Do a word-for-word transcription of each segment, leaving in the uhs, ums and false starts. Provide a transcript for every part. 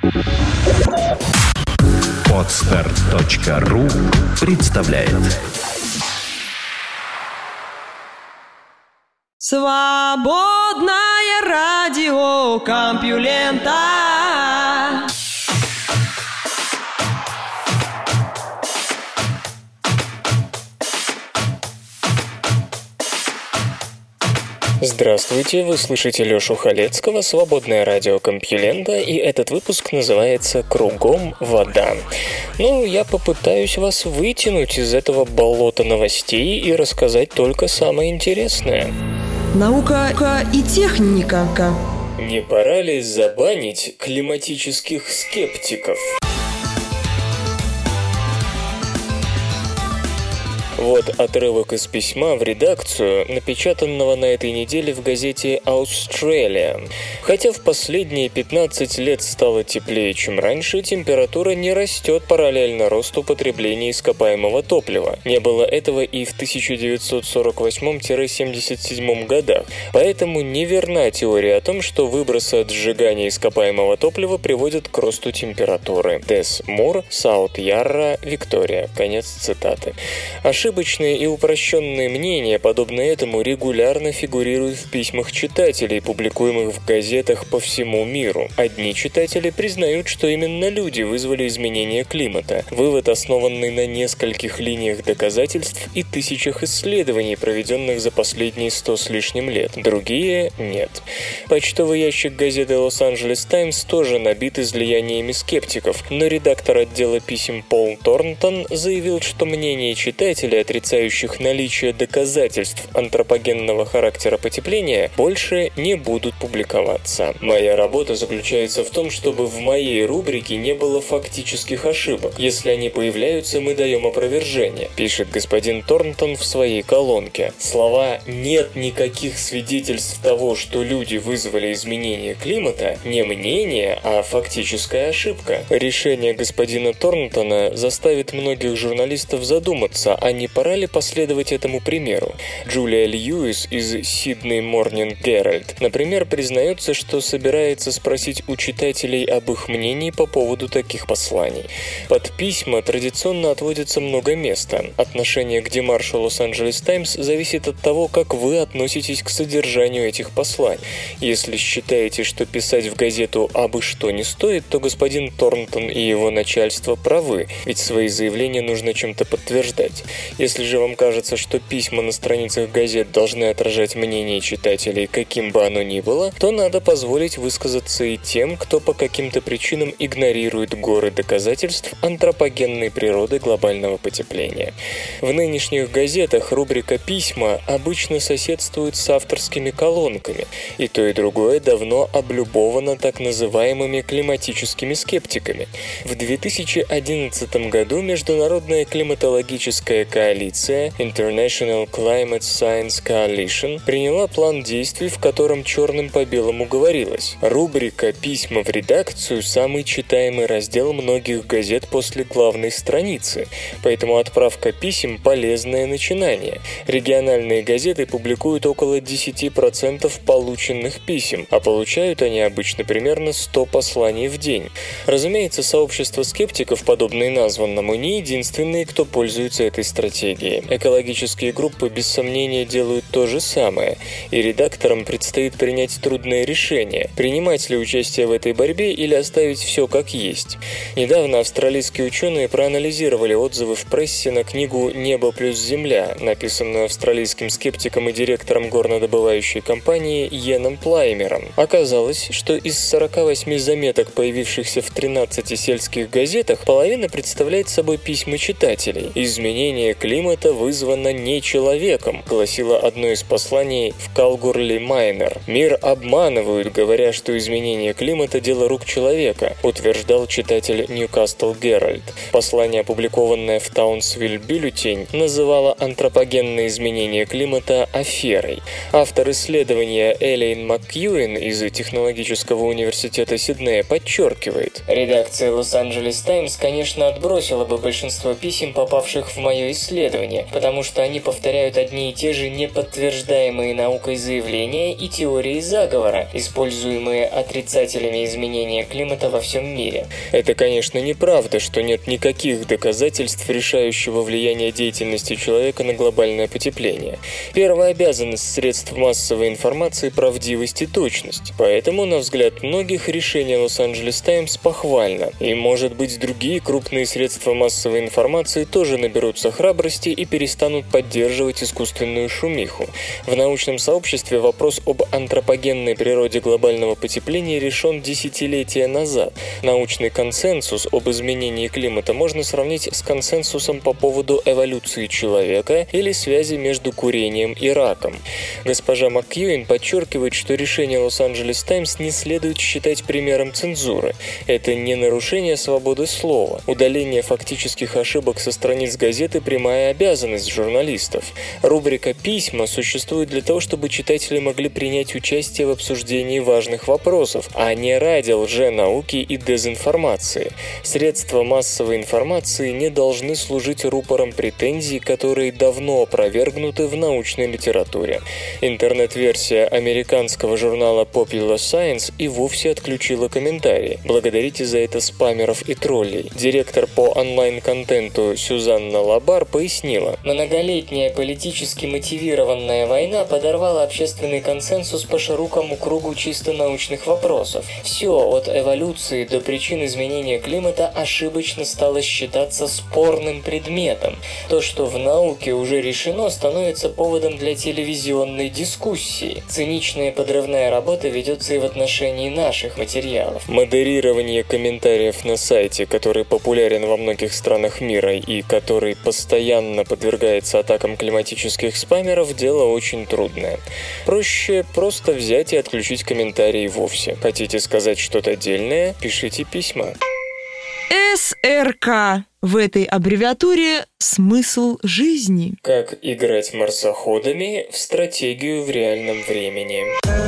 Подстер точка ру представляет. Свободное радио Компьюлента. Здравствуйте, вы слышите Лёшу Халецкого, Свободное радио Компьюлента, и этот выпуск называется «Кругом вода». Ну, я попытаюсь вас вытянуть из этого болота новостей и рассказать только самое интересное. Наука и техника. Не пора ли забанить климатических скептиков? Вот отрывок из письма в редакцию, напечатанного на этой неделе в газете «Australia». Хотя в последние пятнадцать лет стало теплее, чем раньше, температура не растет параллельно росту потребления ископаемого топлива. Не было этого и в тысяча девятьсот сорок восьмом — семьдесят седьмом годах. Поэтому неверна теория о том, что выбросы от сжигания ископаемого топлива приводят к росту температуры. Тесс Мур, Саут Ярра, Виктория. Конец цитаты. Ошибочные и упрощенные мнения, подобные этому, регулярно фигурируют в письмах читателей, публикуемых в газетах по всему миру. Одни читатели признают, что именно люди вызвали изменение климата. Вывод, основанный на нескольких линиях доказательств и тысячах исследований, проведенных за последние сто с лишним лет. Другие – нет. Почтовый ящик газеты «Лос-Анджелес Таймс» тоже набит излияниями скептиков, но редактор отдела писем Пол Торнтон заявил, что мнение читателей, отрицающих наличие доказательств антропогенного характера потепления, больше не будут публиковаться. Моя работа заключается в том, чтобы в моей рубрике не было фактических ошибок. Если они появляются, мы даем опровержение, пишет господин Торнтон в своей колонке. Слова «нет никаких свидетельств того, что люди вызвали изменение климата» не мнение, а фактическая ошибка. Решение господина Торнтона заставит многих журналистов задуматься, а не пора ли последовать этому примеру? Джулия Льюис из Sydney Morning Herald, например, признается, что собирается спросить у читателей об их мнении по поводу таких посланий. Под письма традиционно отводится много места. Отношение к демаршу Лос-Анджелес Таймс зависит от того, как вы относитесь к содержанию этих посланий. Если считаете, что писать в газету абы что не стоит, то господин Торнтон и его начальство правы, ведь свои заявления нужно чем-то подтверждать. Если же вам кажется, что письма на страницах газет должны отражать мнение читателей, каким бы оно ни было, то надо позволить высказаться и тем, кто по каким-то причинам игнорирует горы доказательств антропогенной природы глобального потепления. В нынешних газетах рубрика «Письма» обычно соседствует с авторскими колонками, и то и другое давно облюбовано так называемыми климатическими скептиками. В две тысячи одиннадцатом году Международная климатологическая коалиция International Climate Science Coalition приняла план действий, в котором черным по белому говорилось: рубрика «Письма в редакцию» — самый читаемый раздел многих газет после главной страницы, поэтому отправка писем — полезное начинание. Региональные газеты публикуют около десять процентов полученных писем, а получают они обычно примерно сто посланий в день. Разумеется, сообщество скептиков, подобное названному, не единственные, кто пользуется этой стратегией. Экологические группы без сомнения делают то же самое, и редакторам предстоит принять трудное решение, принимать ли участие в этой борьбе или оставить все как есть. Недавно австралийские ученые проанализировали отзывы в прессе на книгу «Небо плюс Земля», написанную австралийским скептиком и директором горнодобывающей компании Йеном Плаймером. Оказалось, что из сорока восьми заметок, появившихся в тринадцати сельских газетах, половина представляет собой письма читателей. Изменение климата вызвано не человеком, гласило одно из посланий в Калгурли Майнер. Мир обманывают, говоря, что изменение климата – дело рук человека, утверждал читатель Ньюкасл Геральд. Послание, опубликованное в Таунсвилл Бюллетень, называло антропогенное изменение климата аферой. Автор исследования Элейн МакКьюин из Технологического университета Сиднея подчеркивает: редакция Лос-Анджелес Таймс, конечно, отбросила бы большинство писем, попавших в мое исследование, исследования, потому что они повторяют одни и те же неподтверждаемые наукой заявления и теории заговора, используемые отрицателями изменения климата во всем мире. Это, конечно, неправда, что нет никаких доказательств решающего влияния деятельности человека на глобальное потепление. Первая обязанность средств массовой информации – правдивость и точность. Поэтому, на взгляд многих, решение Лос-Анджелес Таймс похвально. И, может быть, другие крупные средства массовой информации тоже наберутся храбрости и перестанут поддерживать искусственную шумиху. В научном сообществе вопрос об антропогенной природе глобального потепления решен десятилетия назад. Научный консенсус об изменении климата можно сравнить с консенсусом по поводу эволюции человека или связи между курением и раком. Госпожа МакКьюин подчеркивает, что решение Лос-Анджелес Таймс не следует считать примером цензуры. Это не нарушение свободы слова. Удаление фактических ошибок со страниц газеты – прямая обязанность журналистов. Рубрика «Письма» существует для того, чтобы читатели могли принять участие в обсуждении важных вопросов, а не ради лженауки и дезинформации. Средства массовой информации не должны служить рупором претензий, которые давно опровергнуты в научной литературе. Интернет-версия американского журнала Popular Science и вовсе отключила комментарии. Благодарите за это спамеров и троллей. Директор по онлайн-контенту Сюзанна Лабар пояснила: многолетняя политически мотивированная война подорвала общественный консенсус по широкому кругу чисто научных вопросов. Все от эволюции до причин изменения климата ошибочно стало считаться спорным предметом. То, что в науке уже решено, становится поводом для телевизионной дискуссии. Циничная подрывная работа ведется и в отношении наших материалов. Модерирование комментариев на сайте, который популярен во многих странах мира и который постоянно подвергается атакам климатических спамеров, дело очень трудное. Проще просто взять и отключить комментарии вовсе. Хотите сказать что-то дельное? Пишите письма. эс эр ка. В этой аббревиатуре смысл жизни. Как играть марсоходами в стратегию в реальном времени.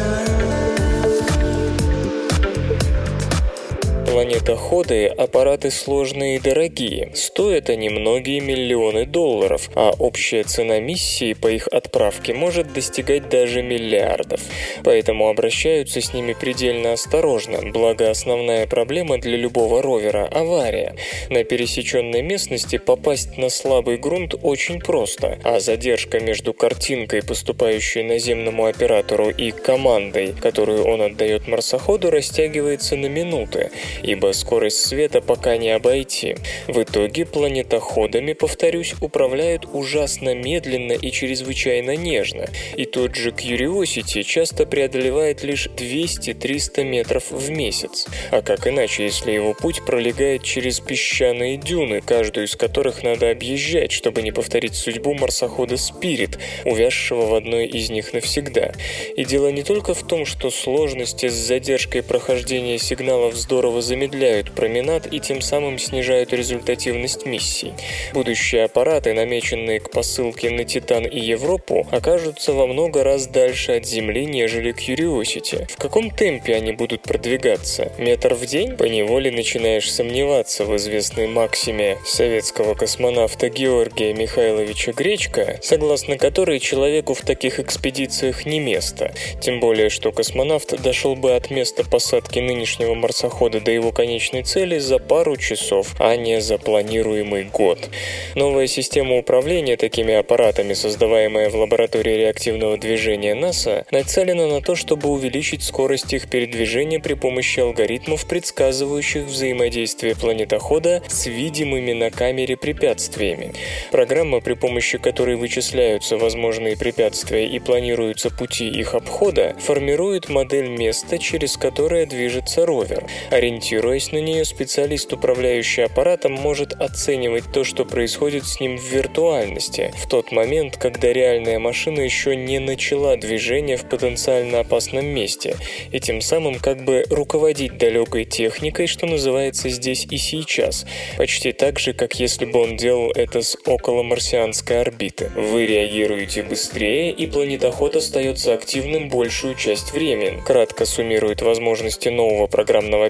Планетоходы – аппараты сложные и дорогие. Стоят они многие миллионы долларов, а общая цена миссии по их отправке может достигать даже миллиардов. Поэтому обращаются с ними предельно осторожно, благо основная проблема для любого ровера – авария. На пересеченной местности попасть на слабый грунт очень просто, а задержка между картинкой, поступающей наземному оператору, и командой, которую он отдает марсоходу, растягивается на минуты, ибо скорость света пока не обойти. В итоге планетоходами, повторюсь, управляют ужасно медленно и чрезвычайно нежно, и тот же Curiosity часто преодолевает лишь двести-триста метров в месяц. А как иначе, если его путь пролегает через песчаные дюны, каждую из которых надо объезжать, чтобы не повторить судьбу марсохода Spirit, увязшего в одной из них навсегда. И дело не только в том, что сложности с задержкой прохождения сигналов здорово замедляют променад и тем самым снижают результативность миссий. Будущие аппараты, намеченные к посылке на Титан и Европу, окажутся во много раз дальше от Земли, нежели Curiosity. В каком темпе они будут продвигаться? Метр в день? Поневоле начинаешь сомневаться в известной максиме советского космонавта Георгия Михайловича Гречко, согласно которой человеку в таких экспедициях не место. Тем более, что космонавт дошел бы от места посадки нынешнего марсохода до его конечной цели за пару часов, а не за планируемый год. Новая система управления такими аппаратами, создаваемая в лаборатории реактивного движения НАСА, нацелена на то, чтобы увеличить скорость их передвижения при помощи алгоритмов, предсказывающих взаимодействие планетохода с видимыми на камере препятствиями. Программа, при помощи которой вычисляются возможные препятствия и планируются пути их обхода, формирует модель места, через которое движется ровер. Ориентируясь на нее, специалист, управляющий аппаратом, может оценивать то, что происходит с ним в виртуальности, в тот момент, когда реальная машина еще не начала движение в потенциально опасном месте, и тем самым как бы руководить далекой техникой, что называется здесь и сейчас, почти так же, как если бы он делал это с околомарсианской орбиты. Вы реагируете быстрее, и планетоход остается активным большую часть времени. Кратко суммирует возможности нового программного обеспечения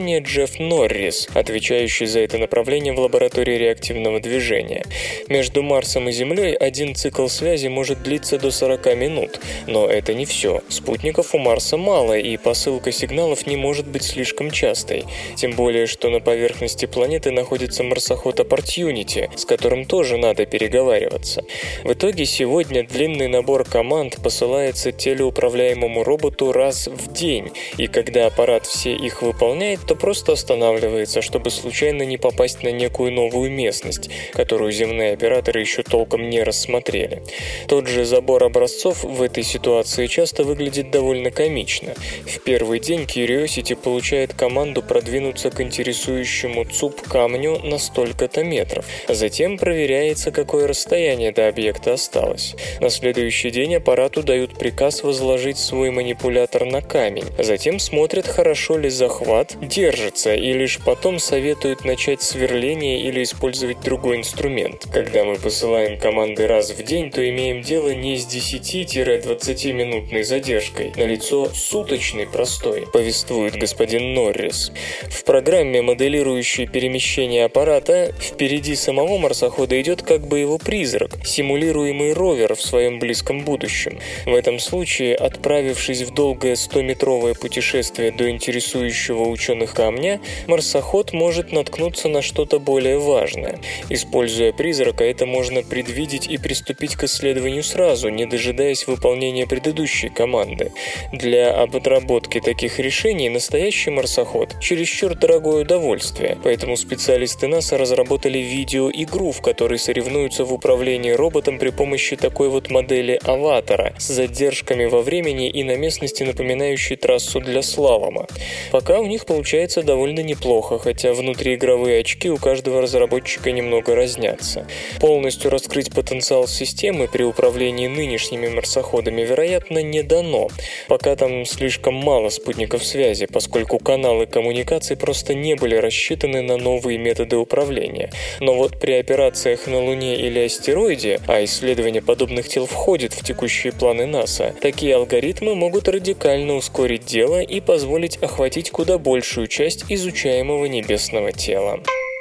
направления Джефф Норрис, отвечающий за это направление в лаборатории реактивного движения. Между Марсом и Землей один цикл связи может длиться до сорок минут. Но это не все. Спутников у Марса мало, и посылка сигналов не может быть слишком частой. Тем более, что на поверхности планеты находится марсоход Opportunity, с которым тоже надо переговариваться. В итоге сегодня длинный набор команд посылается телеуправляемому роботу раз в день, и когда аппарат все их выполняет, то просто останавливается, чтобы случайно не попасть на некую новую местность, которую земные операторы еще толком не рассмотрели. Тот же забор образцов в этой ситуации часто выглядит довольно комично. В первый день Curiosity получает команду продвинуться к интересующему ЦУП камню на столько-то метров. Затем проверяется, какое расстояние до объекта осталось. На следующий день аппарату дают приказ возложить свой манипулятор на камень. Затем смотрят, хорошо ли захват держится, и лишь потом советуют начать сверление или использовать другой инструмент. Когда мы посылаем команды раз в день, то имеем дело не с десяти-двадцатиминутной задержкой. Налицо суточный простой, повествует господин Норрис. В программе, моделирующей перемещение аппарата, впереди самого марсохода идет как бы его призрак, симулируемый ровер в своем близком будущем. В этом случае, отправившись в долгое стометровое путешествие до интересующего ученых камня, марсоход может наткнуться на что-то более важное. Используя призрака, это можно предвидеть и приступить к исследованию сразу, не дожидаясь выполнения предыдущей команды. Для обработки таких решений настоящий марсоход – чересчур дорогое удовольствие, поэтому специалисты НАСА разработали видеоигру, в которой соревнуются в управлении роботом при помощи такой вот модели аватара с задержками во времени и на местности, напоминающей трассу для слалома. Пока у них получается довольно неплохо, хотя внутриигровые очки у каждого разработчика немного разнятся. Полностью раскрыть потенциал системы при управлении нынешними марсоходами, вероятно, не дано. Пока там слишком мало спутников связи, поскольку каналы коммуникаций просто не были рассчитаны на новые методы управления. Но вот при операциях на Луне или астероиде, а исследование подобных тел входит в текущие планы НАСА, такие алгоритмы могут радикально ускорить дело и позволить охватить куда большую часть изучаемого небесного тела.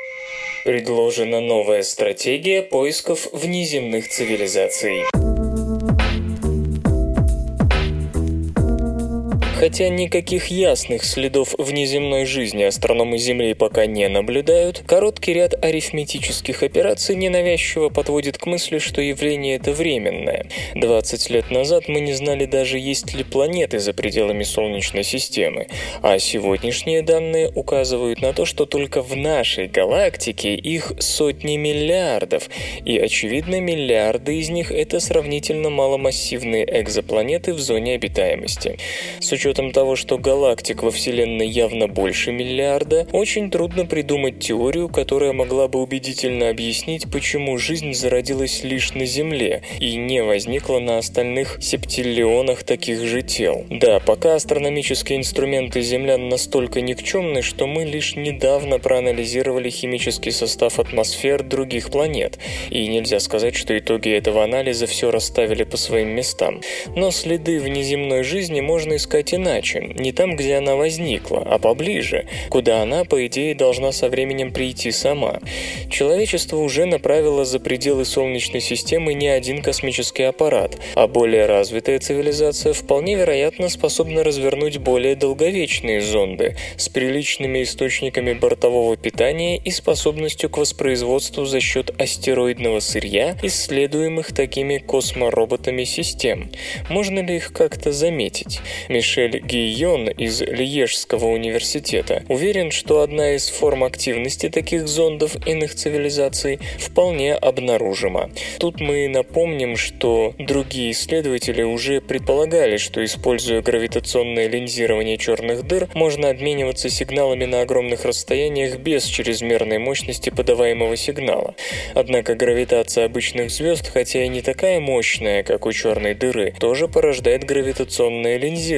Предложена новая стратегия поисков внеземных цивилизаций. Хотя никаких ясных следов внеземной жизни астрономы Земли пока не наблюдают, короткий ряд арифметических операций ненавязчиво подводит к мысли, что явление это временное. двадцать лет назад мы не знали даже, есть ли планеты за пределами Солнечной системы, а сегодняшние данные указывают на то, что только в нашей галактике их сотни миллиардов, и, очевидно, миллиарды из них — это сравнительно маломассивные экзопланеты в зоне обитаемости. С учетом С учетом того, что галактик во Вселенной явно больше миллиарда, очень трудно придумать теорию, которая могла бы убедительно объяснить, почему жизнь зародилась лишь на Земле и не возникла на остальных септиллионах таких же тел. Да, пока астрономические инструменты землян настолько никчемны, что мы лишь недавно проанализировали химический состав атмосфер других планет, и нельзя сказать, что итоги этого анализа все расставили по своим местам. Но следы внеземной жизни можно искать иначе. Не там, где она возникла, а поближе, куда она, по идее, должна со временем прийти сама. Человечество уже направило за пределы Солнечной системы не один космический аппарат, а более развитая цивилизация вполне вероятно способна развернуть более долговечные зонды с приличными источниками бортового питания и способностью к воспроизводству за счет астероидного сырья, исследуемых такими космороботами систем. Можно ли их как-то заметить? Мишель Гийон из Льежского университета уверен, что одна из форм активности таких зондов иных цивилизаций вполне обнаружима. Тут мы напомним, что другие исследователи уже предполагали, что, используя гравитационное линзирование черных дыр, можно обмениваться сигналами на огромных расстояниях без чрезмерной мощности подаваемого сигнала. Однако гравитация обычных звезд, хотя и не такая мощная, как у черной дыры, тоже порождает гравитационное линзирование.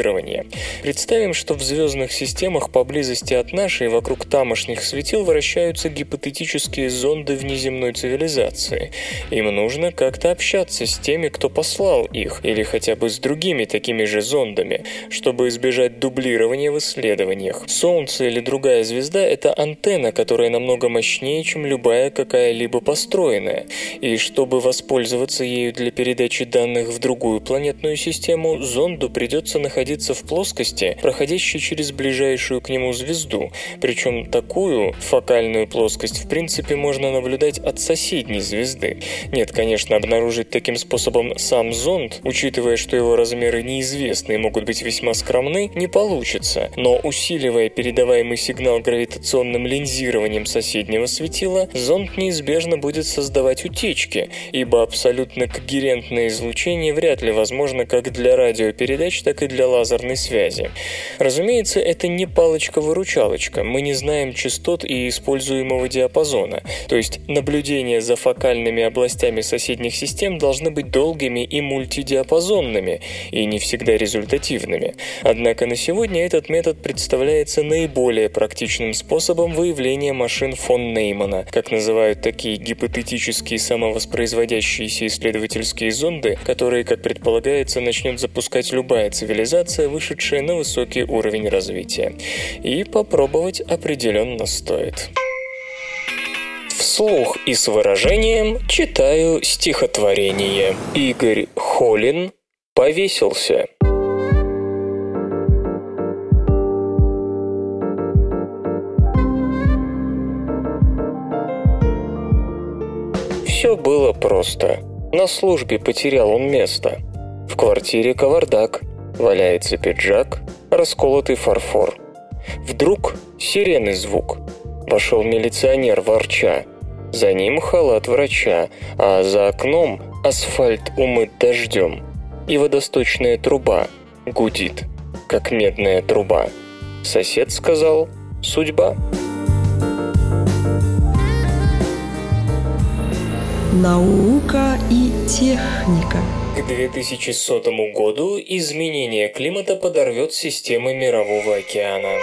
Солнце. Представим, что в звездных системах поблизости от нашей вокруг тамошних светил вращаются гипотетические зонды внеземной цивилизации. Им нужно как-то общаться с теми, кто послал их, или хотя бы с другими такими же зондами, чтобы избежать дублирования в исследованиях. Солнце или другая звезда — это антенна, которая намного мощнее, чем любая какая-либо построенная. И чтобы воспользоваться ею для передачи данных в другую планетную систему, зонду придется находиться в плоскости, проходящей через ближайшую к нему звезду. Причем такую фокальную плоскость в принципе можно наблюдать от соседней звезды. Нет, конечно, обнаружить таким способом сам зонд, учитывая, что его размеры неизвестны и могут быть весьма скромны, не получится. Но усиливая передаваемый сигнал гравитационным линзированием соседнего светила, зонд неизбежно будет создавать утечки, ибо абсолютно когерентное излучение вряд ли возможно как для радиопередач, так и для лазерной связи. Разумеется, это не палочка-выручалочка, мы не знаем частот и используемого диапазона, то есть наблюдения за фокальными областями соседних систем должны быть долгими и мультидиапазонными, и не всегда результативными. Однако на сегодня этот метод представляется наиболее практичным способом выявления машин фон Неймана, как называют такие гипотетические самовоспроизводящиеся исследовательские зонды, которые, как предполагается, начнет запускать любая цивилизация, вышедшая на высокий уровень развития. И попробовать определенно стоит. Вслух и с выражением читаю стихотворение. Игорь Холин повесился. Все было просто. На службе потерял он место. В квартире кавардак, валяется пиджак, расколотый фарфор. Вдруг сирены звук. Вошел милиционер ворча. За ним халат врача, а за окном асфальт умыт дождем. И водосточная труба гудит, как медная труба. Сосед сказал: судьба. Наука и техника. К две тысячи сотому году изменение климата подорвет системы Мирового океана.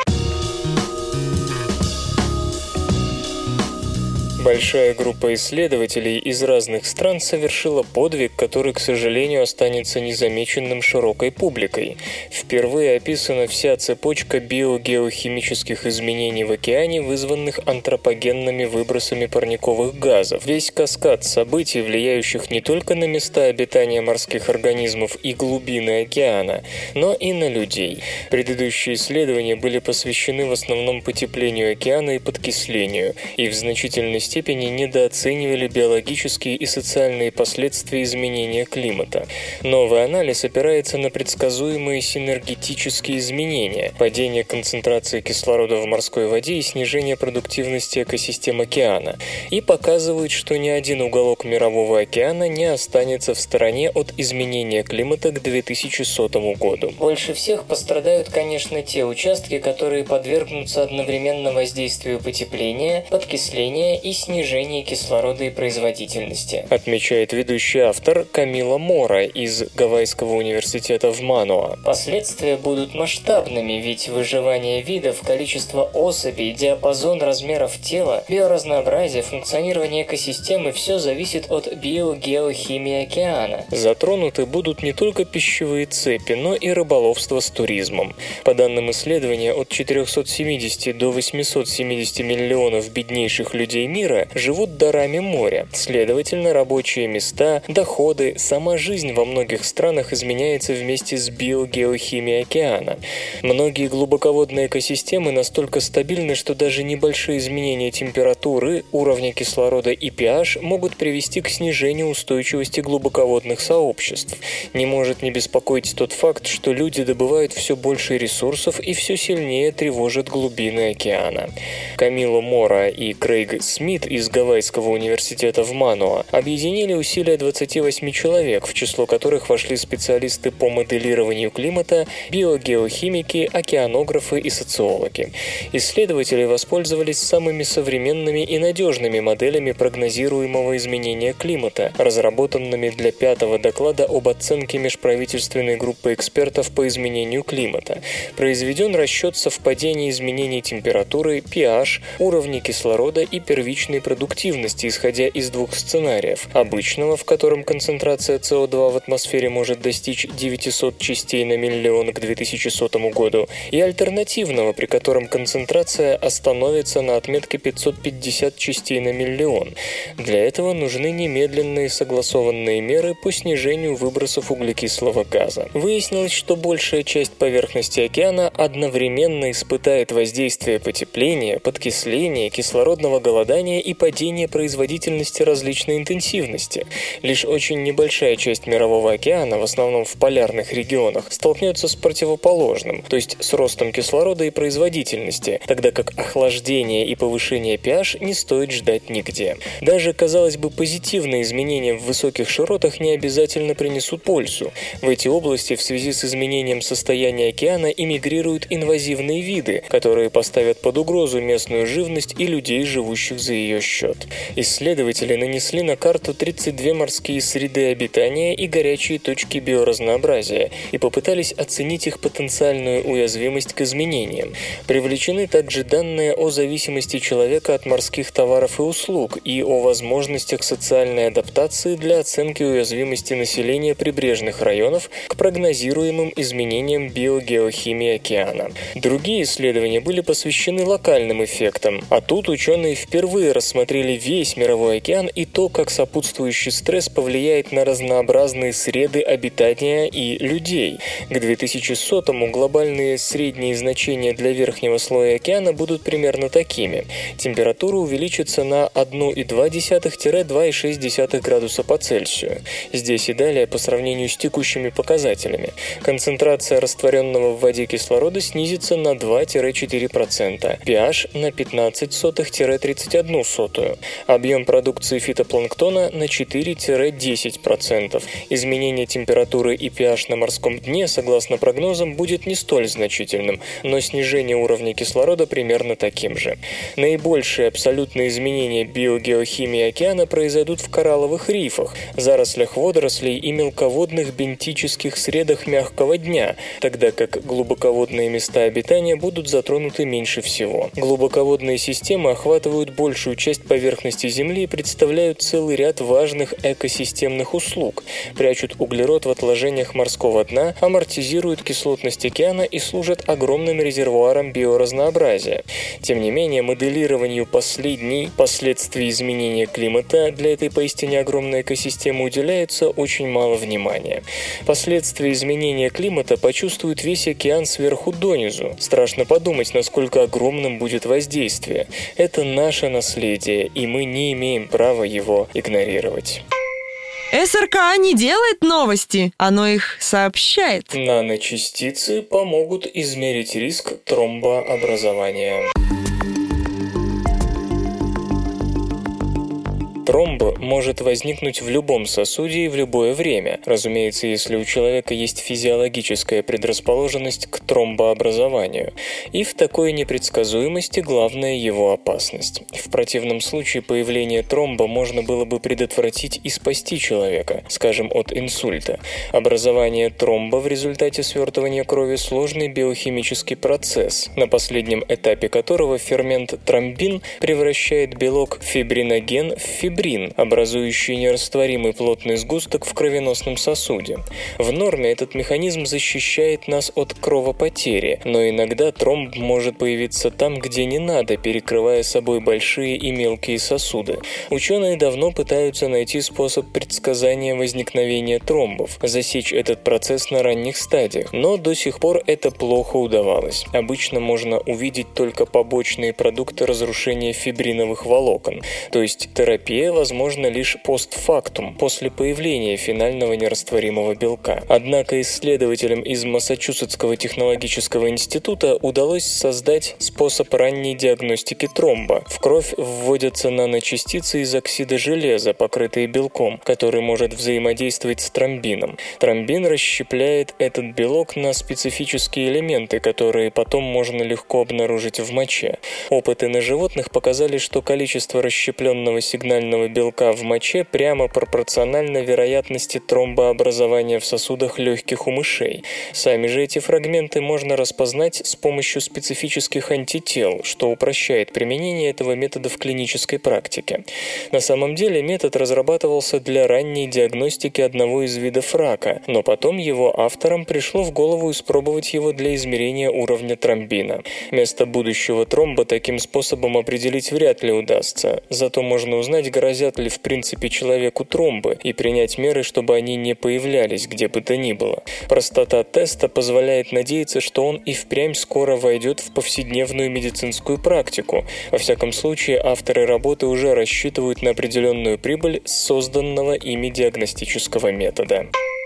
Большая группа исследователей из разных стран совершила подвиг, который, к сожалению, останется незамеченным широкой публикой. Впервые описана вся цепочка биогеохимических изменений в океане, вызванных антропогенными выбросами парниковых газов. Весь каскад событий, влияющих не только на места обитания морских организмов и глубины океана, но и на людей. Предыдущие исследования были посвящены в основном потеплению океана и подкислению, и в значительной степени недооценивали биологические и социальные последствия изменения климата. Новый анализ опирается на предсказуемые синергетические изменения, падение концентрации кислорода в морской воде и снижение продуктивности экосистем океана, и показывает, что ни один уголок Мирового океана не останется в стороне от изменения климата к две тысячи сотому году. Больше всех пострадают, конечно, те участки, которые подвергнутся одновременно воздействию потепления, подкисления и снижение кислорода и производительности, отмечает ведущий автор Камила Мора из Гавайского университета в Мануа. Последствия будут масштабными, ведь выживание видов, количество особей, диапазон размеров тела, биоразнообразие, функционирование экосистемы – все зависит от биогеохимии океана. Затронуты будут не только пищевые цепи, но и рыболовство с туризмом. По данным исследования, от четырехсот семидесяти до восьмисот семидесяти миллионов беднейших людей мира живут дарами моря. Следовательно, рабочие места, доходы, сама жизнь во многих странах изменяется вместе с биогеохимией океана. Многие глубоководные экосистемы настолько стабильны, что даже небольшие изменения температуры, уровня кислорода и pH могут привести к снижению устойчивости глубоководных сообществ. Не может не беспокоить тот факт, что люди добывают все больше ресурсов и все сильнее тревожат глубины океана. Камила Мора и Крейг Смит Смит из Гавайского университета в Мануа объединили усилия двадцати восьми человек, в число которых вошли специалисты по моделированию климата, биогеохимики, океанографы и социологи. Исследователи воспользовались самыми современными и надежными моделями прогнозируемого изменения климата, разработанными для пятого доклада об оценке межправительственной группы экспертов по изменению климата. Произведен расчет совпадения изменений температуры, pH, уровня кислорода и первичной продуктивности, исходя из двух сценариев: обычного, в котором концентрация си о два в атмосфере может достичь девятисот частей на миллион к две тысячи сотому году, и альтернативного, при котором концентрация остановится на отметке пятьсот пятьдесят частей на миллион. Для этого нужны немедленные согласованные меры по снижению выбросов углекислого газа. Выяснилось, что большая часть поверхности океана одновременно испытает воздействие потепления, подкисления, кислородного голодания и падения производительности различной интенсивности. Лишь очень небольшая часть мирового океана, в основном в полярных регионах, столкнется с противоположным, то есть с ростом кислорода и производительности, тогда как охлаждение и повышение pH не стоит ждать нигде. Даже, казалось бы, позитивные изменения в высоких широтах не обязательно принесут пользу. В эти области в связи с изменением состояния океана эмигрируют инвазивные виды, которые поставят под угрозу местную живность и людей, живущих за ее счет. Исследователи нанесли на карту тридцать две морские среды обитания и горячие точки биоразнообразия и попытались оценить их потенциальную уязвимость к изменениям. Привлечены также данные о зависимости человека от морских товаров и услуг и о возможностях социальной адаптации для оценки уязвимости населения прибрежных районов к прогнозируемым изменениям биогеохимии океана. Другие исследования были посвящены локальным эффектам, а тут ученые впервые рассмотрели весь мировой океан и то, как сопутствующий стресс повлияет на разнообразные среды обитания и людей. К две тысячи сотому глобальные средние значения для верхнего слоя океана будут примерно такими. Температура увеличится на одна целая две десятых - два целых шесть десятых градуса по Цельсию. Здесь и далее по сравнению с текущими показателями. Концентрация растворенного в воде кислорода снизится на два - четыре процента, pH на пятнадцать сотых - тридцать одну сотую, объем продукции фитопланктона на четыре - десять процентов. Изменение температуры и pH на морском дне, согласно прогнозам, будет не столь значительным, но снижение уровня кислорода примерно таким же. Наибольшие абсолютные изменения биогеохимии океана произойдут в коралловых рифах, зарослях водорослей и мелководных бентических средах мягкого дня, тогда как глубоководные места обитания будут затронуты меньше всего. Глубоководные системы охватывают большую часть поверхности Земли и представляют целый ряд важных экосистемных услуг, прячут углерод в отложениях морского дна, амортизируют кислотность океана и служат огромным резервуаром биоразнообразия. Тем не менее, моделированию последней последствий изменения климата для этой поистине огромной экосистемы уделяется очень мало внимания. Последствия изменения климата почувствует весь океан сверху донизу. Страшно подумать, насколько огромным будет воздействие. Это наше наследие, и мы не имеем права его игнорировать. эс эр ка не делает новости, оно их сообщает. Наночастицы помогут измерить риск тромбообразования. Тромб может возникнуть в любом сосуде и в любое время, разумеется, если у человека есть физиологическая предрасположенность к тромбообразованию. И в такой непредсказуемости главная его опасность. В противном случае появление тромба можно было бы предотвратить и спасти человека, скажем, от инсульта. Образование тромба в результате свертывания крови – сложный биохимический процесс, на последнем этапе которого фермент тромбин превращает белок фибриноген в фибрин, образующий нерастворимый плотный сгусток в кровеносном сосуде. В норме этот механизм защищает нас от кровопотери, но иногда тромб может появиться там, где не надо, перекрывая собой большие и мелкие сосуды. Ученые давно пытаются найти способ предсказания возникновения тромбов, засечь этот процесс на ранних стадиях, но до сих пор это плохо удавалось. Обычно можно увидеть только побочные продукты разрушения фибриновых волокон, то есть терапия ДНК возможно лишь постфактум, после появления финального нерастворимого белка. Однако исследователям из Массачусетского технологического института удалось создать способ ранней диагностики тромба. В кровь вводятся наночастицы из оксида железа, покрытые белком, который может взаимодействовать с тромбином. Тромбин расщепляет этот белок на специфические элементы, которые потом можно легко обнаружить в моче. Опыты на животных показали, что количество расщепленного сигнального белка в моче прямо пропорционально вероятности тромбообразования в сосудах легких у мышей. Сами же эти фрагменты можно распознать с помощью специфических антител, что упрощает применение этого метода в клинической практике. На самом деле метод разрабатывался для ранней диагностики одного из видов рака, но потом его авторам пришло в голову испробовать его для измерения уровня тромбина. Место будущего тромба таким способом определить вряд ли удастся, зато можно узнать, грозят ли в принципе человеку тромбы, и принять меры, чтобы они не появлялись где бы то ни было. Простота теста позволяет надеяться, что он и впрямь скоро войдет в повседневную медицинскую практику. Во всяком случае, авторы работы уже рассчитывают на определенную прибыль с созданного ими диагностического метода.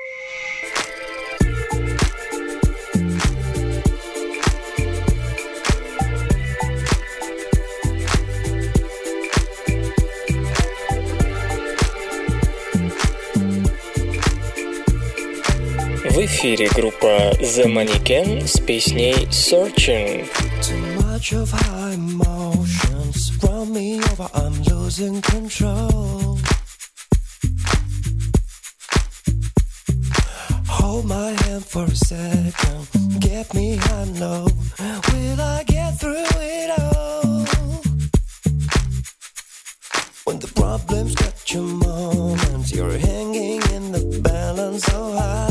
В эфире группа The Mannequin с песней Searching. Too much of our emotions run me over, I'm losing control. Hold my hand for a second, get me high, no. Will I get through it all? When the problems got your moments, you're hanging in the balance so high.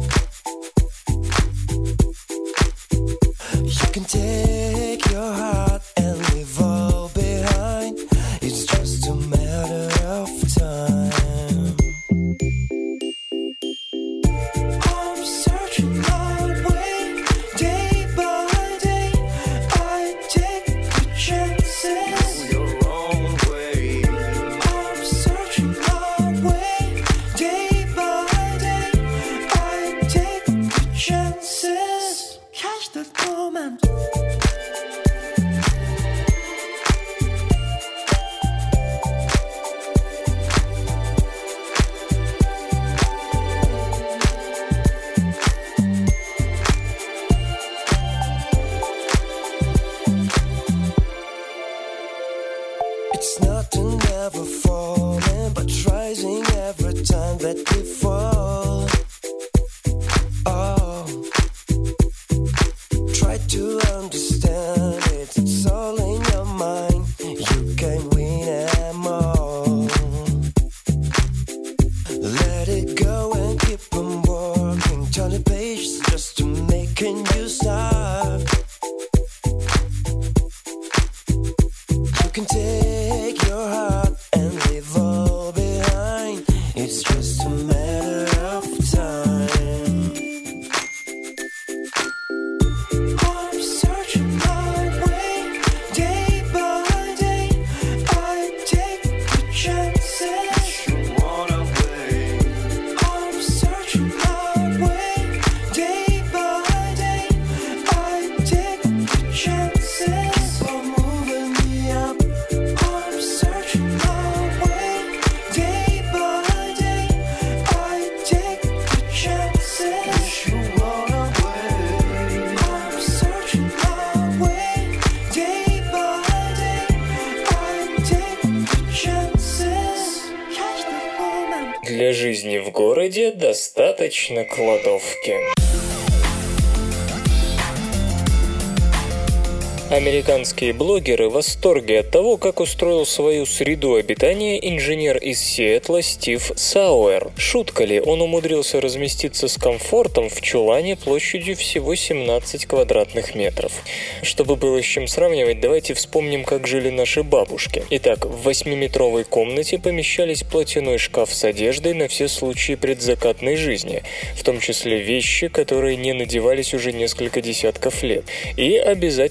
You can take your heart and leave all behind. It's just a matter of time. I'm searching my way, day by day. I take the chances. Your own way. I'm searching my way, day by day. I take the chances. Catch that moment. It's not to never falling, but rising every time that we fall. Oh, try to understand it, it's all in your mind. You can win them all. Let it go and keep on walking. Turn the pages just to make a new start. You can take your heart and leave all behind. It's just a matter of time. I'm searching my way, day by day. I take the chances. You wanna wait. I'm searching my way, day by day. I take the chances. Keep on moving me up. I'm searching my way, day by day. I take the chances. You wanna wait. I'm searching my way, day by day. I take the chances. Catch the moment. Для жизни в городе достаточно кладовки. Американские блогеры в восторге от того, как устроил свою среду обитания инженер из Сиэтла Стив Сауэр. Шутка ли, он умудрился разместиться с комфортом в чулане площадью всего семнадцать квадратных метров. Чтобы было с чем сравнивать, давайте вспомним, как жили наши бабушки. Итак, в восьмиметровой комнате помещались платяной шкаф с одеждой на все случаи предзакатной жизни, в том числе вещи, которые не надевались уже несколько десятков лет, и обязательный набор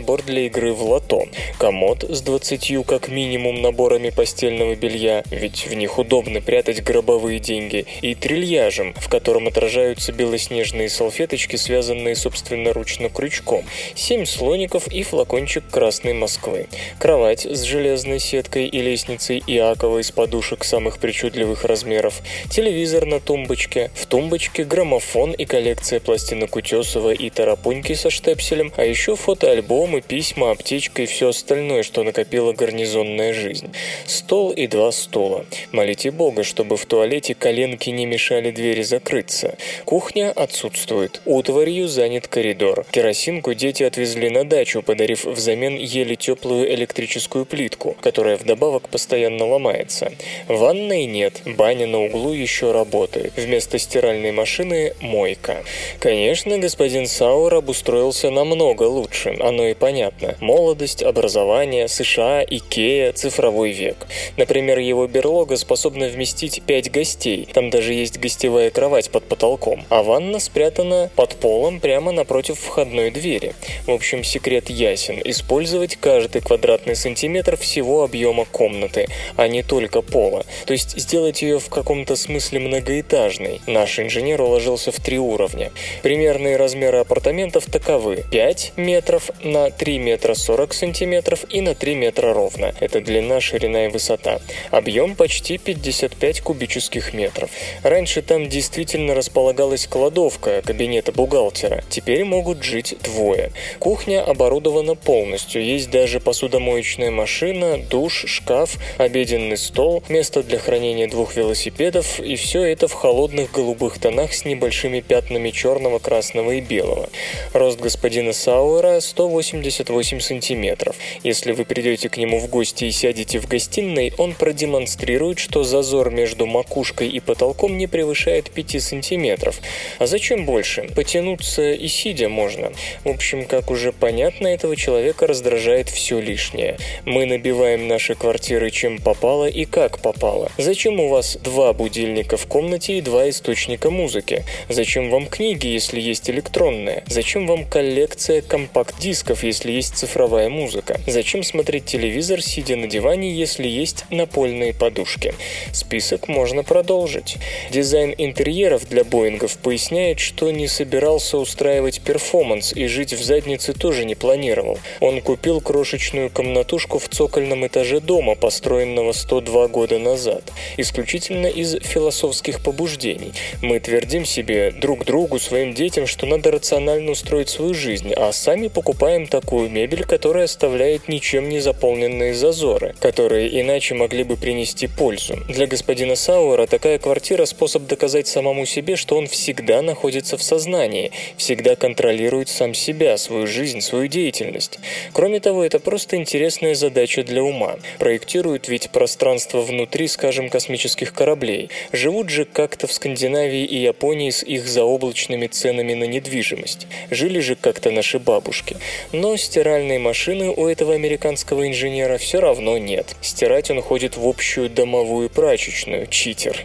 набор для игры в лото, комод с двадцатью как минимум наборами постельного белья, ведь в них удобно прятать гробовые деньги, и трильяжем, в котором отражаются белоснежные салфеточки, связанные собственноручно крючком, семь слоников и флакончик Красной Москвы, кровать с железной сеткой и лестницей Иакова из подушек самых причудливых размеров, телевизор на тумбочке, в тумбочке граммофон и коллекция пластинок Утесова и Тарапуньки со штепселем, а еще фотоальбомы, письма, аптечка и все остальное, что накопила гарнизонная жизнь. Стол и два стула. Молите Бога, чтобы в туалете коленки не мешали двери закрыться. Кухня отсутствует. Утварью занят коридор. Керосинку дети отвезли на дачу, подарив взамен еле теплую электрическую плитку, которая вдобавок постоянно ломается. Ванной нет. Баня на углу еще работает. Вместо стиральной машины – мойка. Конечно, господин Сауэр обустроился намного лучше. Оно и понятно. Молодость, образование, США, Икея, цифровой век. Например, его берлога способна вместить пять гостей. Там даже есть гостевая кровать под потолком. А ванна спрятана под полом прямо напротив входной двери. В общем, секрет ясен. Использовать каждый квадратный сантиметр всего объема комнаты, а не только пола. То есть сделать ее в каком-то смысле многоэтажной. Наш инженер уложился в три уровня. Примерные размеры апартаментов таковы: пять метров на три метра сорок сантиметров и на три метра ровно. Это длина, ширина и высота. Объем почти пятьдесят пять кубических метров. Раньше там действительно располагалась кладовка кабинета бухгалтера. Теперь могут жить двое. Кухня оборудована полностью. Есть даже посудомоечная машина, душ, шкаф, обеденный стол, место для хранения двух велосипедов, и все это в холодных голубых тонах с небольшими пятнами черного, красного и белого. Рост господина Сауэра сто восемьдесят восемь сантиметров. Если вы придете к нему в гости и сядете в гостиной, он продемонстрирует, что зазор между макушкой и потолком не превышает пяти сантиметров. А зачем больше? Потянуться и сидя можно. В общем, как уже понятно, этого человека раздражает все лишнее. Мы набиваем наши квартиры чем попало и как попало. Зачем у вас два будильника в комнате и два источника музыки? Зачем вам книги, если есть электронная? Зачем вам коллекция компакт-дисков, если есть цифровая музыка? Зачем смотреть телевизор, сидя на диване, если есть напольные подушки? Список можно продолжить. Дизайн интерьеров для Боингов поясняет, что не собирался устраивать перформанс и жить в заднице тоже не планировал. Он купил крошечную комнатушку в цокольном этаже дома, построенного сто два года назад, исключительно из философских побуждений. Мы твердим себе, друг другу, своим детям, что надо рационально устроить свою жизнь, а сами покупаем такую мебель, которая оставляет ничем не заполненные зазоры, которые иначе могли бы принести пользу. Для господина Сауэра такая квартира – способ доказать самому себе, что он всегда находится в сознании, всегда контролирует сам себя, свою жизнь, свою деятельность. Кроме того, это просто интересная задача для ума. Проектируют ведь пространство внутри, скажем, космических кораблей. Живут же как-то в Скандинавии и Японии с их заоблачными ценами на недвижимость. Жили же как-то наши бабушки. Но стиральной машины у этого американского инженера все равно нет. Стирать он ходит в общую домовую прачечную. Читер.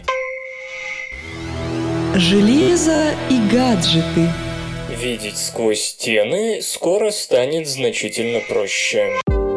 Железо и гаджеты. Видеть сквозь стены скоро станет значительно проще.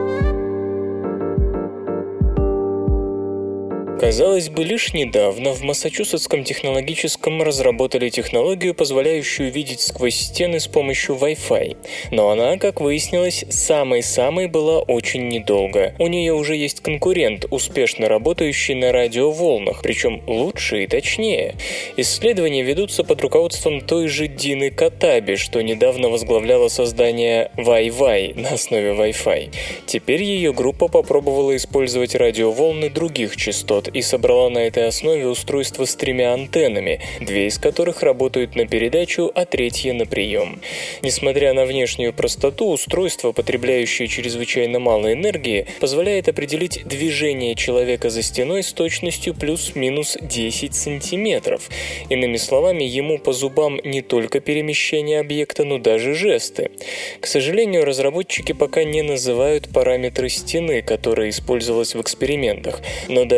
Казалось бы, лишь недавно в Массачусетском технологическом разработали технологию, позволяющую видеть сквозь стены с помощью Wi-Fi. Но она, как выяснилось, самой-самой была очень недолго. У нее уже есть конкурент, успешно работающий на радиоволнах, причем лучше и точнее. Исследования ведутся под руководством той же Дины Катаби, что недавно возглавляла создание Wi-Fi на основе Wi-Fi. Теперь ее группа попробовала использовать радиоволны других частот и собрала на этой основе устройство с тремя антеннами, две из которых работают на передачу, а третья на прием. Несмотря на внешнюю простоту, устройство, потребляющее чрезвычайно мало энергии, позволяет определить движение человека за стеной с точностью плюс-минус десять сантиметров. Иными словами, ему по зубам не только перемещение объекта, но даже жесты. К сожалению, разработчики пока не называют параметры стены, которая использовалась в экспериментах, но даже если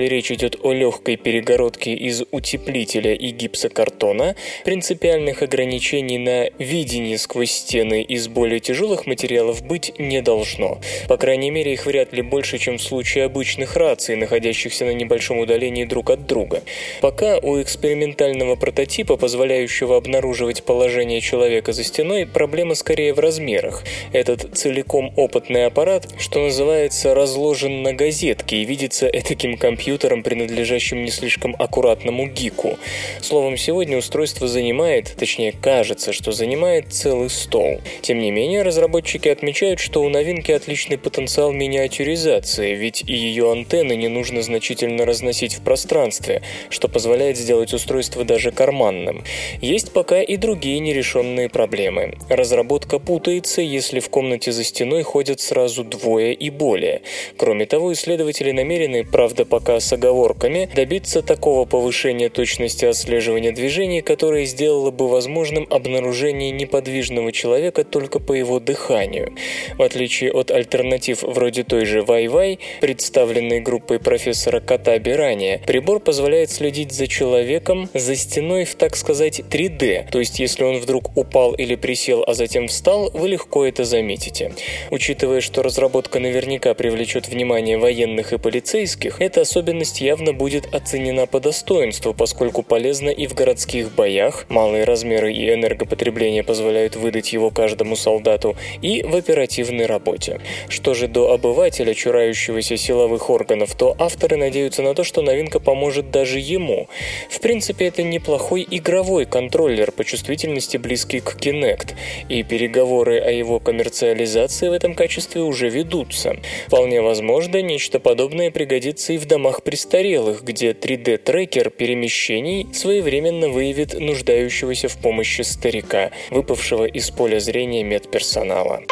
если речь идет о легкой перегородке из утеплителя и гипсокартона, принципиальных ограничений на видение сквозь стены из более тяжелых материалов быть не должно. По крайней мере, их вряд ли больше, чем в случае обычных раций, находящихся на небольшом удалении друг от друга. Пока у экспериментального прототипа, позволяющего обнаруживать положение человека за стеной, проблема скорее в размерах. Этот целиком опытный аппарат, что называется, разложен на газетке и видится этаким компьютером, принадлежащим не слишком аккуратному гику. Словом, сегодня устройство занимает, точнее кажется, что занимает целый стол. Тем не менее, разработчики отмечают, что у новинки отличный потенциал миниатюризации, ведь и ее антенны не нужно значительно разносить в пространстве, что позволяет сделать устройство даже карманным. Есть пока и другие нерешенные проблемы. Разработка путается, если в комнате за стеной ходят сразу двое и более. Кроме того, исследователи намерены, правда пока с оговорками, добиться такого повышения точности отслеживания движений, которое сделало бы возможным обнаружение неподвижного человека только по его дыханию. В отличие от альтернатив вроде той же Вай-Вай, представленной группой профессора Катаби ранее, прибор позволяет следить за человеком за стеной в, так сказать, три дэ, то есть если он вдруг упал или присел, а затем встал, вы легко это заметите. Учитывая, что разработка наверняка привлечет внимание военных и полицейских, эта особенность явно будет оценена по достоинству, поскольку полезна и в городских боях, малые размеры и энергопотребление позволяют выдать его каждому солдату, и в оперативной работе. Что же до обывателя, чурающегося силовых органов, то авторы надеются на то, что новинка поможет даже ему. В принципе, это неплохой игровой контроллер по чувствительности, близкий к Kinect, и переговоры о его коммерциализации в этом качестве уже ведутся. Вполне возможно, нечто подобное пригодится и в домах престарелых, где три дэ-трекер перемещений своевременно выявит нуждающегося в помощи старика, выпавшего из поля зрения медперсонала.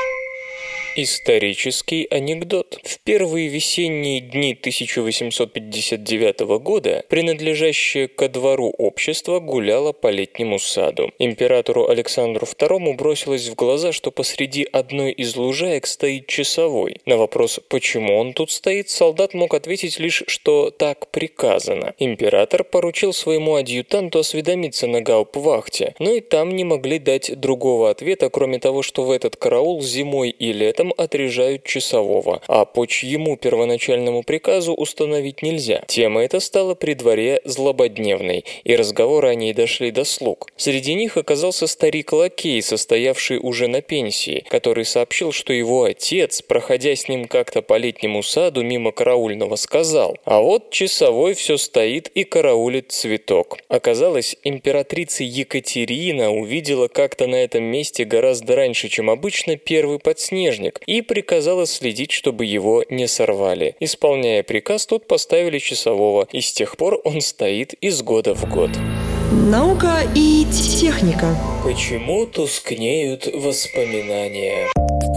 Исторический анекдот. В первые весенние дни тысяча восемьсот пятьдесят девятого года принадлежащее ко двору общество гуляло по летнему саду. Императору Александру второму бросилось в глаза, что посреди одной из лужаек стоит часовой. На вопрос, почему он тут стоит, солдат мог ответить лишь, что так приказано. Император поручил своему адъютанту осведомиться на гауптвахте, но и там не могли дать другого ответа, кроме того, что в этот караул зимой и летом отряжают часового, а по чьему первоначальному приказу установить нельзя. Тема эта стала при дворе злободневной, и разговоры о ней дошли до слуг. Среди них оказался старик-лакей, состоявший уже на пенсии, который сообщил, что его отец, проходя с ним как-то по летнему саду мимо караульного, сказал: «А вот часовой все стоит и караулит цветок». Оказалось, императрица Екатерина увидела как-то на этом месте гораздо раньше, чем обычно, первый подснежник, и приказала следить, чтобы его не сорвали. Исполняя приказ, тут поставили часового, и с тех пор он стоит из года в год. Наука и техника. Почему тускнеют воспоминания?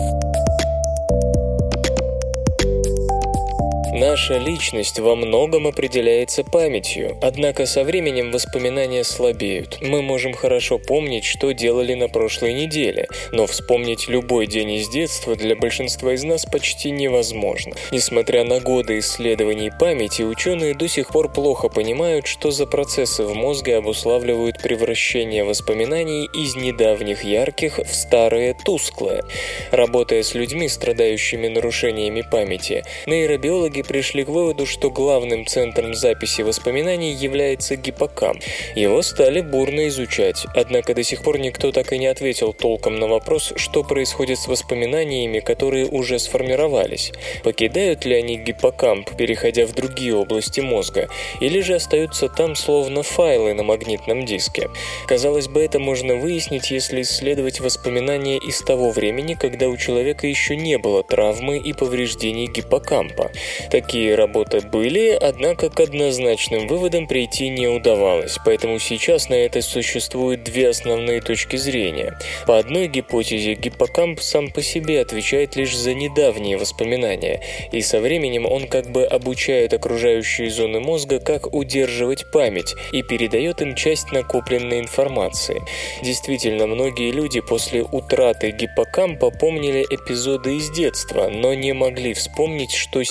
Наша личность во многом определяется памятью, однако со временем воспоминания слабеют. Мы можем хорошо помнить, что делали на прошлой неделе, но вспомнить любой день из детства для большинства из нас почти невозможно. Несмотря на годы исследований памяти, ученые до сих пор плохо понимают, что за процессы в мозге обуславливают превращение воспоминаний из недавних ярких в старые тусклые. Работая с людьми, страдающими нарушениями памяти, нейробиологи пришли к выводу, что главным центром записи воспоминаний является гиппокамп. Его стали бурно изучать, однако до сих пор никто так и не ответил толком на вопрос, что происходит с воспоминаниями, которые уже сформировались. Покидают ли они гиппокамп, переходя в другие области мозга, или же остаются там словно файлы на магнитном диске? Казалось бы, это можно выяснить, если исследовать воспоминания из того времени, когда у человека еще не было травмы и повреждений гиппокампа. Такие работы были, однако к однозначным выводам прийти не удавалось, поэтому сейчас на это существуют две основные точки зрения. По одной гипотезе, гиппокамп сам по себе отвечает лишь за недавние воспоминания, и со временем он как бы обучает окружающие зоны мозга, как удерживать память, и передает им часть накопленной информации. Действительно, многие люди после утраты гиппокампа помнили эпизоды из детства, но не могли вспомнить, что с ними случилось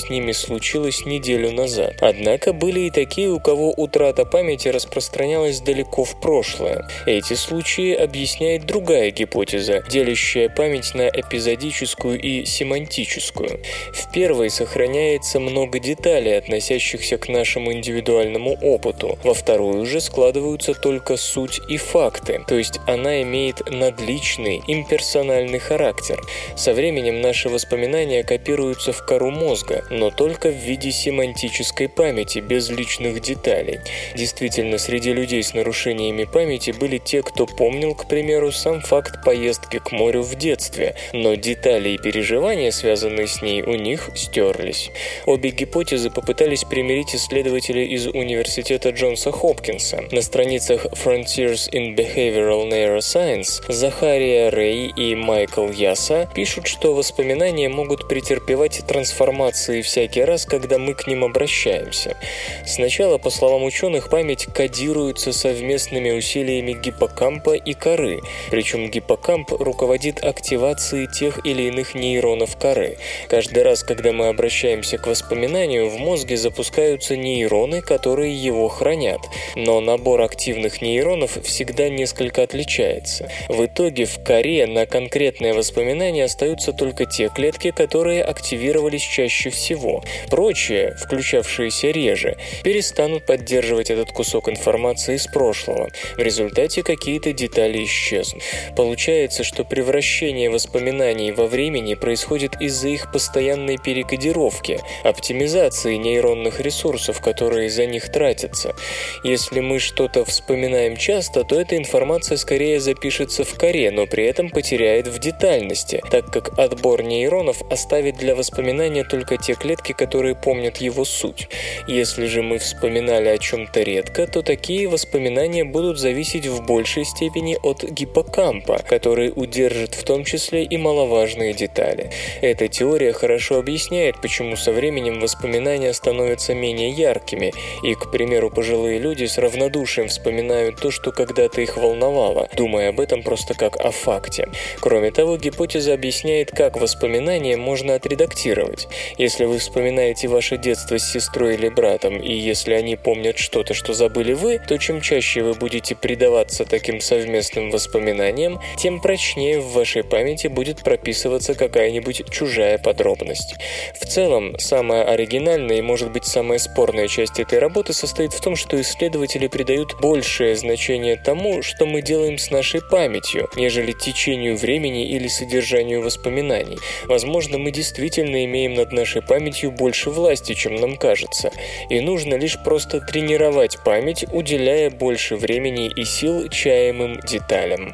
случилось неделю назад. Однако были и такие, у кого утрата памяти распространялась далеко в прошлое. Эти случаи объясняет другая гипотеза, делящая память на эпизодическую и семантическую. В первой сохраняется много деталей, относящихся к нашему индивидуальному опыту. Во вторую же складываются только суть и факты, то есть она имеет надличный, имперсональный характер. Со временем наши воспоминания копируются в кору мозга, но только в виде семантической памяти, без личных деталей. Действительно, среди людей с нарушениями памяти были те, кто помнил, к примеру, сам факт поездки к морю в детстве, но детали и переживания, связанные с ней, у них стерлись. Обе гипотезы попытались примирить исследователи из университета Джонса Хопкинса. На страницах Frontiers in Behavioral Neuroscience Захария Рэй и Майкл Яса пишут, что воспоминания могут претерпевать трансформации всякий раз, когда мы к ним обращаемся. Сначала, по словам ученых, память кодируется совместными усилиями гиппокампа и коры, причем гиппокамп руководит активацией тех или иных нейронов коры. Каждый раз, когда мы обращаемся к воспоминанию, в мозге запускаются нейроны, которые его хранят, но набор активных нейронов всегда несколько отличается. В итоге в коре на конкретное воспоминание остаются только те клетки, которые активировались чаще всего. Прочие, включавшиеся реже, перестанут поддерживать этот кусок информации из прошлого. В результате какие-то детали исчезнут. Получается, что превращение воспоминаний во времени происходит из-за их постоянной перекодировки, оптимизации нейронных ресурсов, которые за них тратятся. Если мы что-то вспоминаем часто, то эта информация скорее запишется в коре, но при этом потеряет в детальности, так как отбор нейронов оставит для воспоминания только те клетки, которые помнят его суть. Если же мы вспоминали о чем-то редко, то такие воспоминания будут зависеть в большей степени от гиппокампа, который удержит в том числе и маловажные детали. Эта теория хорошо объясняет, почему со временем воспоминания становятся менее яркими, и, к примеру, пожилые люди с равнодушием вспоминают то, что когда-то их волновало, думая об этом просто как о факте. Кроме того, гипотеза объясняет, как воспоминания можно отредактировать. Если вы вспоминаете ваше детство с сестрой или братом, и если они помнят что-то, что забыли вы, то чем чаще вы будете предаваться таким совместным воспоминаниям, тем прочнее в вашей памяти будет прописываться какая-нибудь чужая подробность. В целом, самая оригинальная и, может быть, самая спорная часть этой работы состоит в том, что исследователи придают большее значение тому, что мы делаем с нашей памятью, нежели течению времени или содержанию воспоминаний. Возможно, мы действительно имеем над нашей памятью больше власти, чем нам кажется, и нужно лишь просто тренировать память, уделяя больше времени и сил чаемым деталям.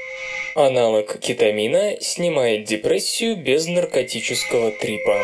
Аналог кетамина снимает депрессию без наркотического трипа.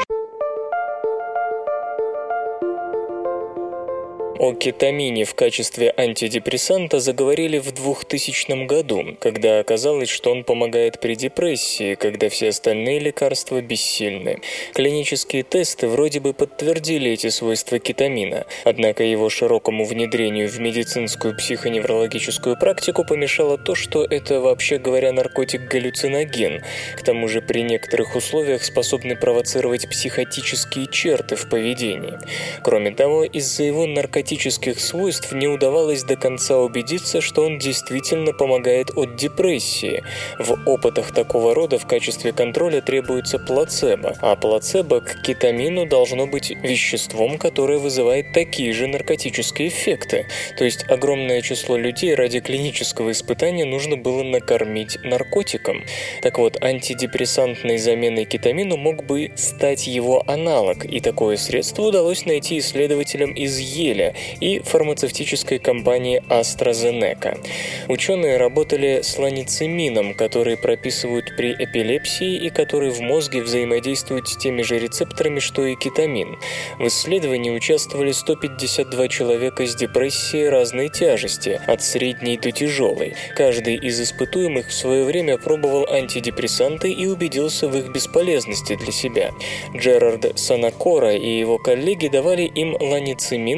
О кетамине в качестве антидепрессанта заговорили в двухтысячном году, когда оказалось, что он помогает при депрессии, когда все остальные лекарства бессильны. Клинические тесты вроде бы подтвердили эти свойства кетамина, однако его широкому внедрению в медицинскую психоневрологическую практику помешало то, что это, вообще говоря, наркотик-галлюциноген, к тому же при некоторых условиях способный провоцировать психотические черты в поведении. Кроме того, из-за его наркотических свойств не удавалось до конца убедиться, что он действительно помогает от депрессии. В опытах такого рода в качестве контроля требуется плацебо, а плацебо к кетамину должно быть веществом, которое вызывает такие же наркотические эффекты. То есть огромное число людей ради клинического испытания нужно было накормить наркотиком. Так вот, антидепрессантной заменой кетамину мог бы стать его аналог, и такое средство удалось найти исследователям из Йеля и фармацевтической компании AstraZeneca. Ученые работали с ланицимином, который прописывают при эпилепсии и который в мозге взаимодействует с теми же рецепторами, что и кетамин. В исследовании участвовали сто пятьдесят два человека с депрессией разной тяжести, от средней до тяжелой. Каждый из испытуемых в свое время пробовал антидепрессанты и убедился в их бесполезности для себя. Джерард Санакора и его коллеги давали им ланицимин и плацебо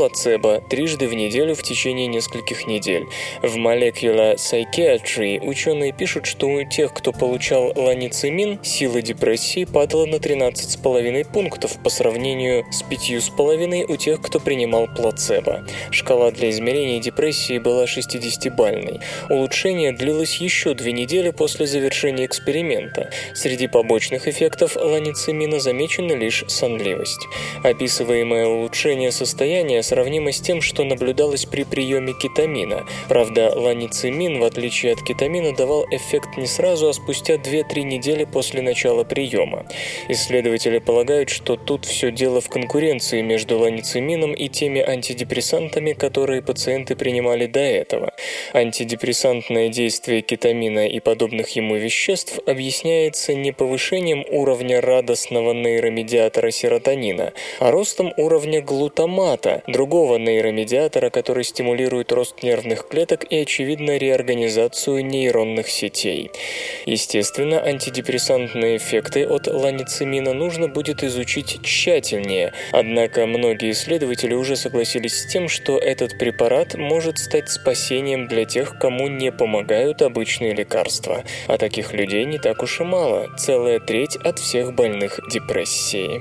плацебо трижды в неделю в течение нескольких недель. В Molecular Psychiatry ученые пишут, что у тех, кто получал ланицимин, сила депрессии падала на тринадцать целых пять десятых пунктов по сравнению с пятью целых пять десятых у тех, кто принимал плацебо. Шкала для измерения депрессии была шестидесятибалльной. Улучшение длилось еще две недели после завершения эксперимента. Среди побочных эффектов ланицимина замечена лишь сонливость. Описываемое улучшение состояния сравнимо с тем, что наблюдалось при приеме кетамина. Правда, ланицимин, в отличие от кетамина, давал эффект не сразу, а спустя две-три недели после начала приема. Исследователи полагают, что тут все дело в конкуренции между ланицимином и теми антидепрессантами, которые пациенты принимали до этого. Антидепрессантное действие кетамина и подобных ему веществ объясняется не повышением уровня радостного нейромедиатора серотонина, а ростом уровня глутамата, другого нейромедиатора, который стимулирует рост нервных клеток и, очевидно, реорганизацию нейронных сетей. Естественно, антидепрессантные эффекты от ланицимина нужно будет изучить тщательнее, однако многие исследователи уже согласились с тем, что этот препарат может стать спасением для тех, кому не помогают обычные лекарства. А таких людей не так уж и мало, целая треть от всех больных депрессией.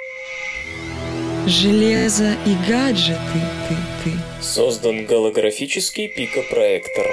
Железо и гаджеты, ты, ты. Создан голографический пикопроектор.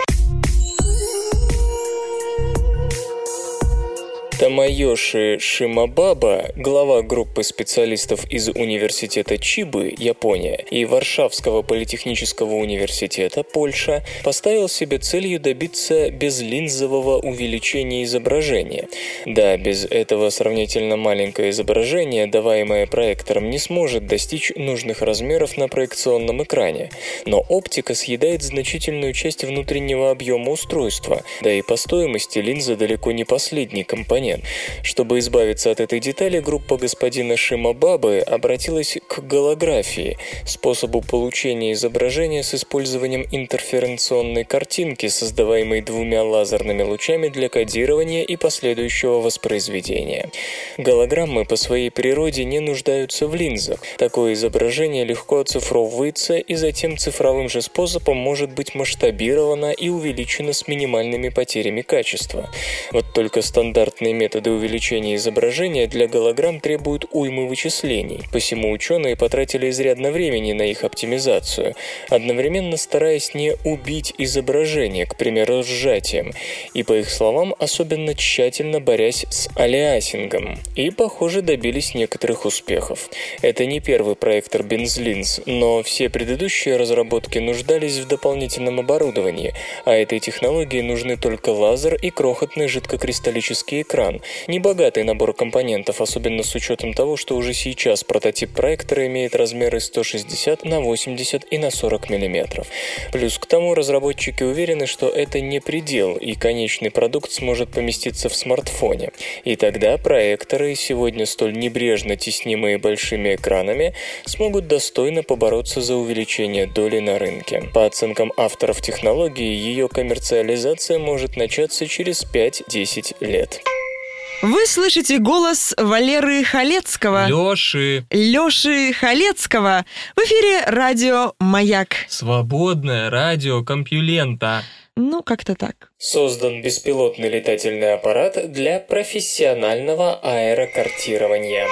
Тамайоши Шимабаба, глава группы специалистов из университета Чибы, Япония, и Варшавского политехнического университета, Польша, поставил себе целью добиться безлинзового увеличения изображения. Да, без этого сравнительно маленькое изображение, даваемое проектором, не сможет достичь нужных размеров на проекционном экране. Но оптика съедает значительную часть внутреннего объема устройства, да и по стоимости линза далеко не последний компонент. Чтобы избавиться от этой детали, группа господина Шимабабы обратилась к голографии, способу получения изображения с использованием интерференционной картинки, создаваемой двумя лазерными лучами для кодирования и последующего воспроизведения. Голограммы по своей природе не нуждаются в линзах. Такое изображение легко оцифровывается и затем цифровым же способом может быть масштабировано и увеличено с минимальными потерями качества. Вот только стандартные методы увеличения изображения для голограмм требуют уймы вычислений, посему ученые потратили изрядно времени на их оптимизацию, одновременно стараясь не убить изображение, к примеру, сжатием, и, по их словам, особенно тщательно борясь с алиасингом, и, похоже, добились некоторых успехов. Это не первый проектор Бензлинз, но все предыдущие разработки нуждались в дополнительном оборудовании, а этой технологии нужны только лазер и крохотный жидкокристаллический экран, небогатый набор компонентов, особенно с учетом того, что уже сейчас прототип проектора имеет размеры сто шестьдесят на восемьдесят и на сорок миллиметров. Плюс к тому, разработчики уверены, что это не предел, и конечный продукт сможет поместиться в смартфоне. И тогда проекторы, сегодня столь небрежно теснимые большими экранами, смогут достойно побороться за увеличение доли на рынке. По оценкам авторов технологии, ее коммерциализация может начаться через пять-десять лет. Вы слышите голос Валеры Халецкого. Лёши. Лёши Халецкого. В эфире радио «Маяк». Свободное радио Компьюлента. Ну, как-то так. Создан беспилотный летательный аппарат для профессионального аэрокартирования.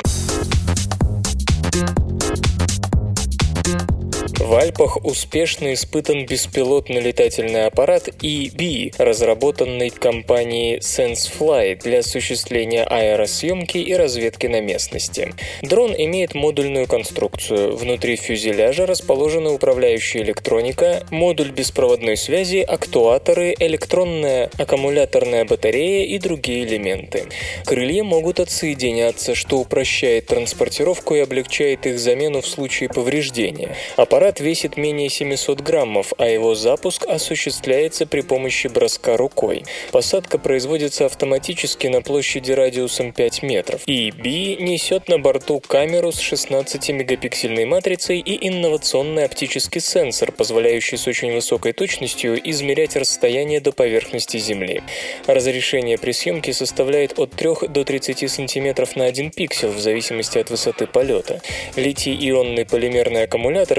В Альпах успешно испытан беспилотный летательный аппарат и би, разработанный компанией SenseFly для осуществления аэросъемки и разведки на местности. Дрон имеет модульную конструкцию. Внутри фюзеляжа расположена управляющая электроника, модуль беспроводной связи, актуаторы, электронная аккумуляторная батарея и другие элементы. Крылья могут отсоединяться, что упрощает транспортировку и облегчает их замену в случае повреждения. Аппарат весит менее семьсот граммов, а его запуск осуществляется при помощи броска рукой. Посадка производится автоматически на площади радиусом пять метров. и би несет на борту камеру с шестнадцатимегапиксельной матрицей и инновационный оптический сенсор, позволяющий с очень высокой точностью измерять расстояние до поверхности Земли. Разрешение при съемке составляет от трёх до тридцати сантиметров на один пиксель в зависимости от высоты полета. Литий-ионный полимерный аккумулятор, как утверждается,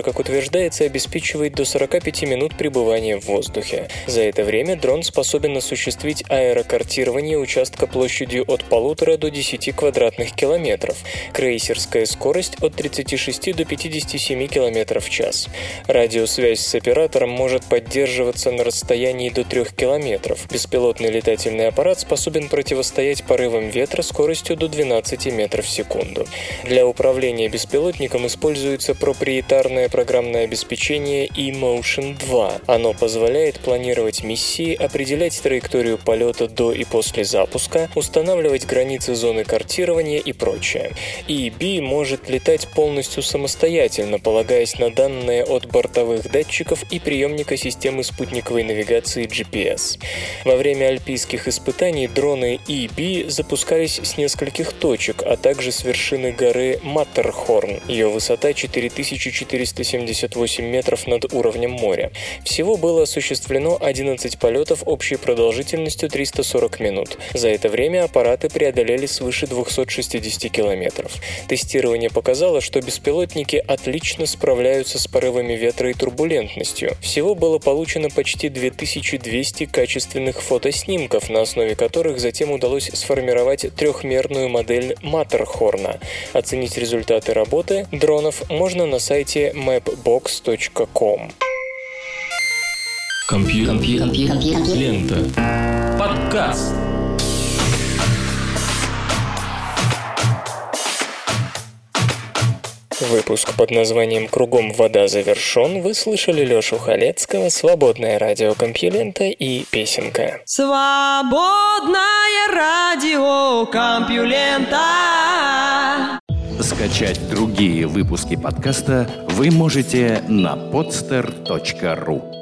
охлаждается и обеспечивает до сорок пять минут пребывания в воздухе. За это время дрон способен осуществить аэрокартирование участка площадью от полутора до десяти квадратных километров. Крейсерская скорость от тридцати шести до пятидесяти семи километров в час. Радиосвязь с оператором может поддерживаться на расстоянии до трех километров. Беспилотный летательный аппарат способен противостоять порывам ветра скоростью до двенадцати метров в секунду. Для управления беспилотником используется проприетарное программное обеспечение eMotion два. Оно позволяет планировать миссии, определять траекторию полета до и после запуска, устанавливать границы зоны картирования и прочее. и би может летать полностью самостоятельно, полагаясь на данные от бортовых датчиков и приемника системы спутниковой навигации джи пи эс. Во время альпийских испытаний дроны и би запускались с нескольких точек, а также с вершины горы Маттерхорн. Ее высота четыре тысячи четыреста семьдесят восемь метров над уровнем моря. Всего было осуществлено одиннадцать полетов общей продолжительностью триста сорок минут. За это время аппараты преодолели свыше двухсот шестидесяти километров. Тестирование показало, что беспилотники отлично справляются с порывами ветра и турбулентностью. Всего было получено почти две тысячи двести качественных фотоснимков, на основе которых затем удалось сформировать трехмерную модель Маттерхорна. Оценить результаты работы дронов можно на сайте мэпбокс точка ком. Компьютер. Лента. Подкаст. Выпуск под названием «Кругом вода» завершен. Вы слышали Лёшу Халецкого, «Свободное радио Компьюлента» и песенка. Свободное радио Компьюлента. Скачать другие выпуски подкаста вы можете на podster точка ру.